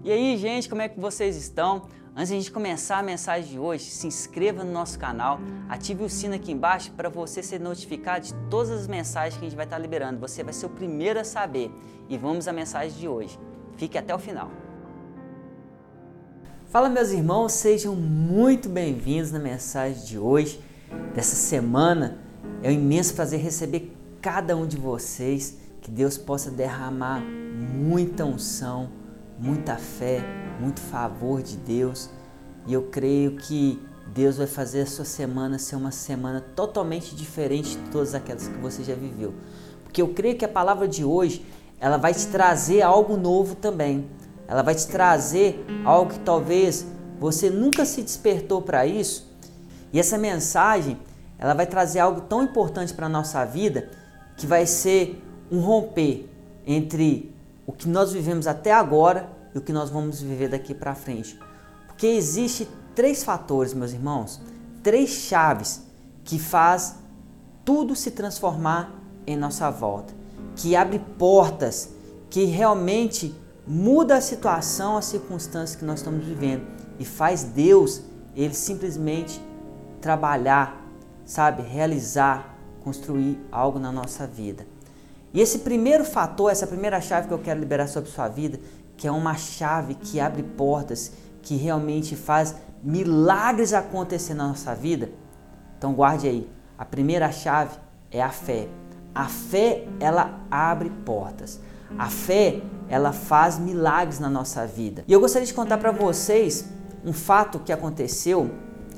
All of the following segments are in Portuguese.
E aí, gente, como é que vocês estão? Antes de a gente começar a mensagem de hoje, se inscreva no nosso canal, ative o sino aqui embaixo para você ser notificado de todas as mensagens que a gente vai estar liberando. Você vai ser o primeiro a saber. E vamos à mensagem de hoje. Fique até o final. Fala, meus irmãos, sejam muito bem-vindos na mensagem de hoje, dessa semana. É um imenso prazer receber cada um de vocês, que Deus possa derramar muita unção, muita fé, muito favor de Deus. E eu creio que Deus vai fazer a sua semana ser uma semana totalmente diferente de todas aquelas que você já viveu. Porque eu creio que a palavra de hoje, ela vai te trazer algo novo também. Ela vai te trazer algo que talvez você nunca se despertou para isso. E essa mensagem, ela vai trazer algo tão importante para a nossa vida, que vai ser um romper entre o que nós vivemos até agora e o que nós vamos viver daqui para frente. Porque existe 3 fatores, meus irmãos, 3 chaves que faz tudo se transformar em nossa volta, que abre portas, que realmente muda a situação, as circunstâncias que nós estamos vivendo e faz Deus, Ele simplesmente trabalhar, sabe, realizar, construir algo na nossa vida. E esse primeiro fator, essa primeira chave que eu quero liberar sobre sua vida, que é uma chave que abre portas, que realmente faz milagres acontecer na nossa vida. Então guarde aí, a primeira chave é a fé. A fé, ela abre portas. A fé, ela faz milagres na nossa vida. E eu gostaria de contar para vocês um fato que aconteceu,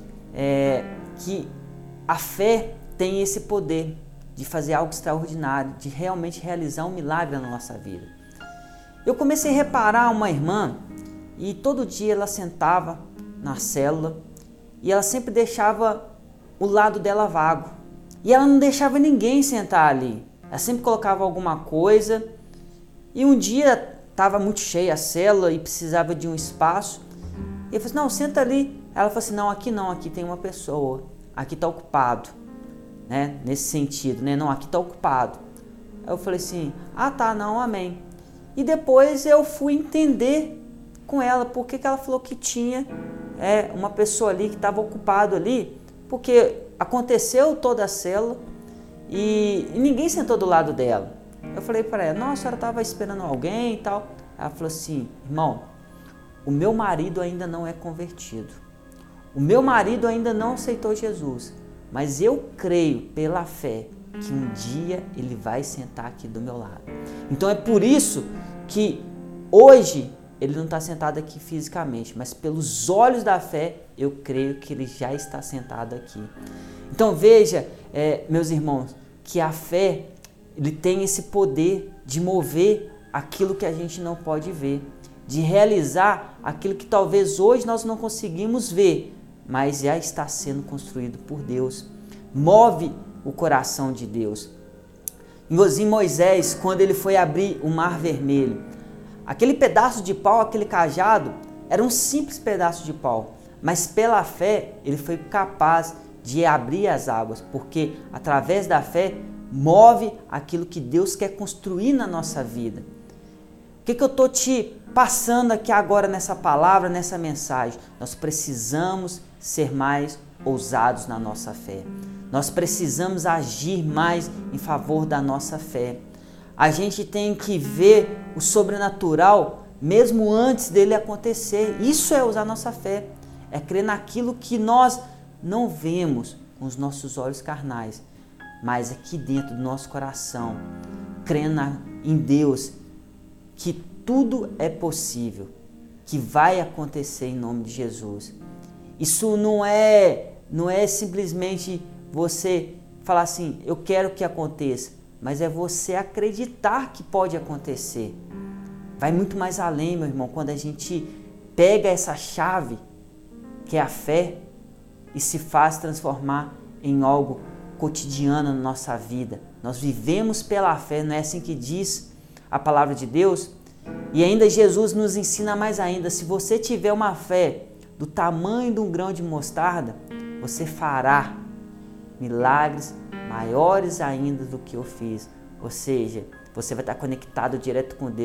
que a fé tem esse poder de fazer algo extraordinário, de realmente realizar um milagre na nossa vida. Eu comecei a reparar uma irmã e todo dia ela sentava na célula e ela sempre deixava o lado dela vago. E ela não deixava ninguém sentar ali. Ela sempre colocava alguma coisa. E um dia estava muito cheia a célula e precisava de um espaço. E eu falei assim, não, senta ali. Ela falou assim, não, aqui tem uma pessoa. Aqui está ocupado. Né? Nesse sentido, né? Não, aqui está ocupado. Aí eu falei assim, tá, não, amém. E depois eu fui entender com ela porque que ela falou que tinha uma pessoa ali que estava ocupado ali, porque aconteceu toda a célula e ninguém sentou do lado dela. Eu falei para ela, não, a senhora estava esperando alguém e tal. Ela falou assim, irmão, o meu marido ainda não é convertido. O meu marido ainda não aceitou Jesus. Mas eu creio pela fé que um dia ele vai sentar aqui do meu lado. Então é por isso que hoje ele não está sentado aqui fisicamente, mas pelos olhos da fé eu creio que ele já está sentado aqui. Então veja, meus irmãos, que a fé ele tem esse poder de mover aquilo que a gente não pode ver, de realizar aquilo que talvez hoje nós não conseguimos ver, mas já está sendo construído por Deus. Move o coração de Deus. Em Moisés, quando ele foi abrir o Mar Vermelho, aquele pedaço de pau, aquele cajado, era um simples pedaço de pau, mas pela fé ele foi capaz de abrir as águas, porque através da fé move aquilo que Deus quer construir na nossa vida. O que eu estou te passando aqui agora nessa palavra, nessa mensagem? Nós precisamos ser mais ousados na nossa fé. Nós precisamos agir mais em favor da nossa fé. A gente tem que ver o sobrenatural mesmo antes dele acontecer. Isso é usar nossa fé. É crer naquilo que nós não vemos com os nossos olhos carnais, mas aqui dentro do nosso coração, crendo em Deus, que tudo é possível, que vai acontecer em nome de Jesus. Isso não é simplesmente você falar assim, eu quero que aconteça, mas é você acreditar que pode acontecer. Vai muito mais além, meu irmão, quando a gente pega essa chave, que é a fé, e se faz transformar em algo cotidiano na nossa vida. Nós vivemos pela fé, não é assim que diz a palavra de Deus? E ainda Jesus nos ensina mais ainda, se você tiver uma fé do tamanho de um grão de mostarda, você fará milagres maiores ainda do que eu fiz. Ou seja, você vai estar conectado direto com Deus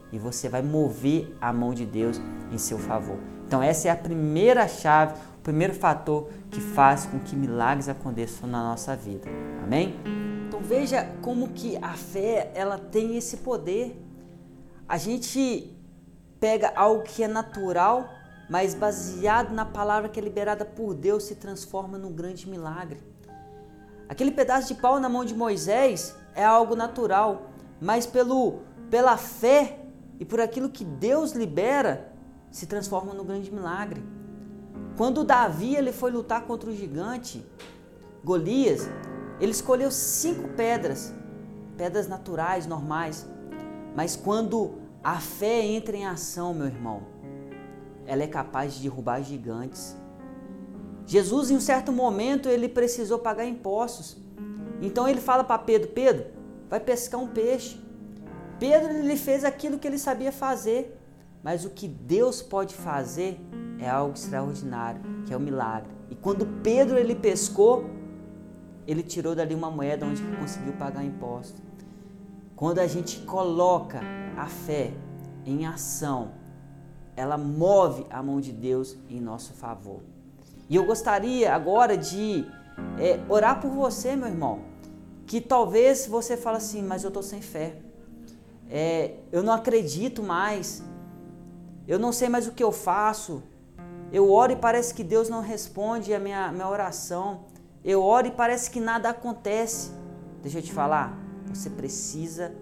e você vai mover a mão de Deus em seu favor. Então essa é a primeira chave, o primeiro fator que faz com que milagres aconteçam na nossa vida. Amém? Então veja como que a fé, ela tem esse poder. A gente pega algo que é natural, mas baseado na palavra que é liberada por Deus, se transforma num grande milagre. Aquele pedaço de pau na mão de Moisés é algo natural, mas pela fé e por aquilo que Deus libera, se transforma num grande milagre. Quando Davi ele foi lutar contra o gigante Golias, ele escolheu 5 pedras naturais, normais, mas quando a fé entra em ação, meu irmão, ela é capaz de derrubar gigantes. Jesus, em um certo momento, ele precisou pagar impostos. Então ele fala para Pedro, Pedro, vai pescar um peixe. Pedro, ele fez aquilo que ele sabia fazer, mas o que Deus pode fazer é algo extraordinário, que é o milagre. E quando Pedro, ele pescou, ele tirou dali uma moeda onde ele conseguiu pagar imposto. Quando a gente coloca a fé em ação, ela move a mão de Deus em nosso favor. E eu gostaria agora de orar por você, meu irmão, que talvez você fale assim, mas eu estou sem fé, eu não acredito mais, eu não sei mais o que eu faço, eu oro e parece que Deus não responde a minha oração, eu oro e parece que nada acontece. Deixa eu te falar, você precisa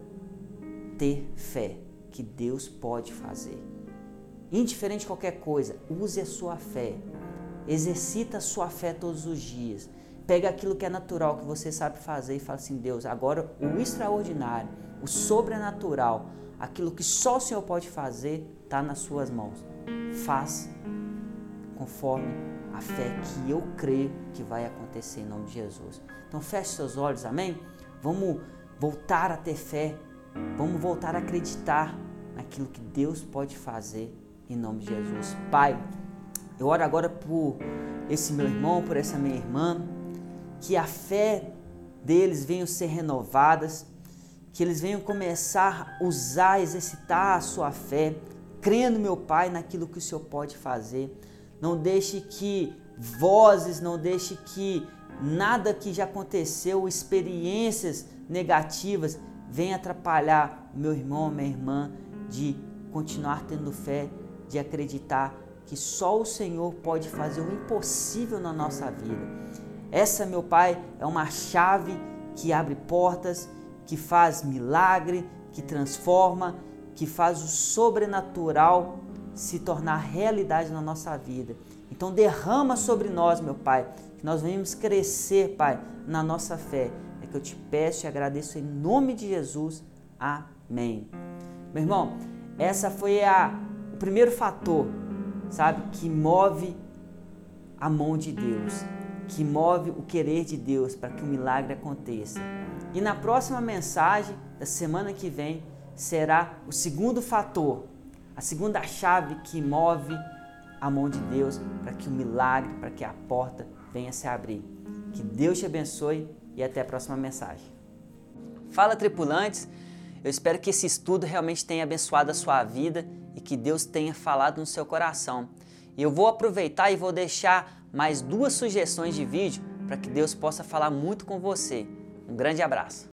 ter fé que Deus pode fazer. Indiferente de qualquer coisa, use a sua fé. Exercita a sua fé todos os dias. Pega aquilo que é natural, que você sabe fazer e fala assim, Deus, agora o extraordinário, o sobrenatural, aquilo que só o Senhor pode fazer, está nas suas mãos. Faz conforme a fé que eu creio que vai acontecer em nome de Jesus. Então feche seus olhos, amém? Vamos voltar a ter fé, vamos voltar a acreditar naquilo que Deus pode fazer em nome de Jesus. Pai, eu oro agora por esse meu irmão, por essa minha irmã, que a fé deles venha ser renovadas, que eles venham começar a usar, exercitar a sua fé, crendo, meu Pai, naquilo que o Senhor pode fazer. Não deixe que vozes, não deixe que nada que já aconteceu, experiências negativas, venha atrapalhar meu irmão, minha irmã, de continuar tendo fé, de acreditar que só o Senhor pode fazer o impossível na nossa vida. Essa, meu Pai, é uma chave que abre portas, que faz milagre, que transforma, que faz o sobrenatural se tornar realidade na nossa vida. Então derrama sobre nós, meu Pai, que nós venhamos crescer, Pai, na nossa fé. É que eu te peço e agradeço em nome de Jesus. Amém. Meu irmão, essa foi o primeiro fator, sabe, que move a mão de Deus, que move o querer de Deus para que o milagre aconteça. E na próxima mensagem da semana que vem será o segundo fator, a segunda chave que move a mão de Deus para que o milagre, para que a porta venha se abrir. Que Deus te abençoe e até a próxima mensagem. Fala, tripulantes! Eu espero que esse estudo realmente tenha abençoado a sua vida e que Deus tenha falado no seu coração. E eu vou aproveitar e vou deixar mais 2 sugestões de vídeo para que Deus possa falar muito com você. Um grande abraço!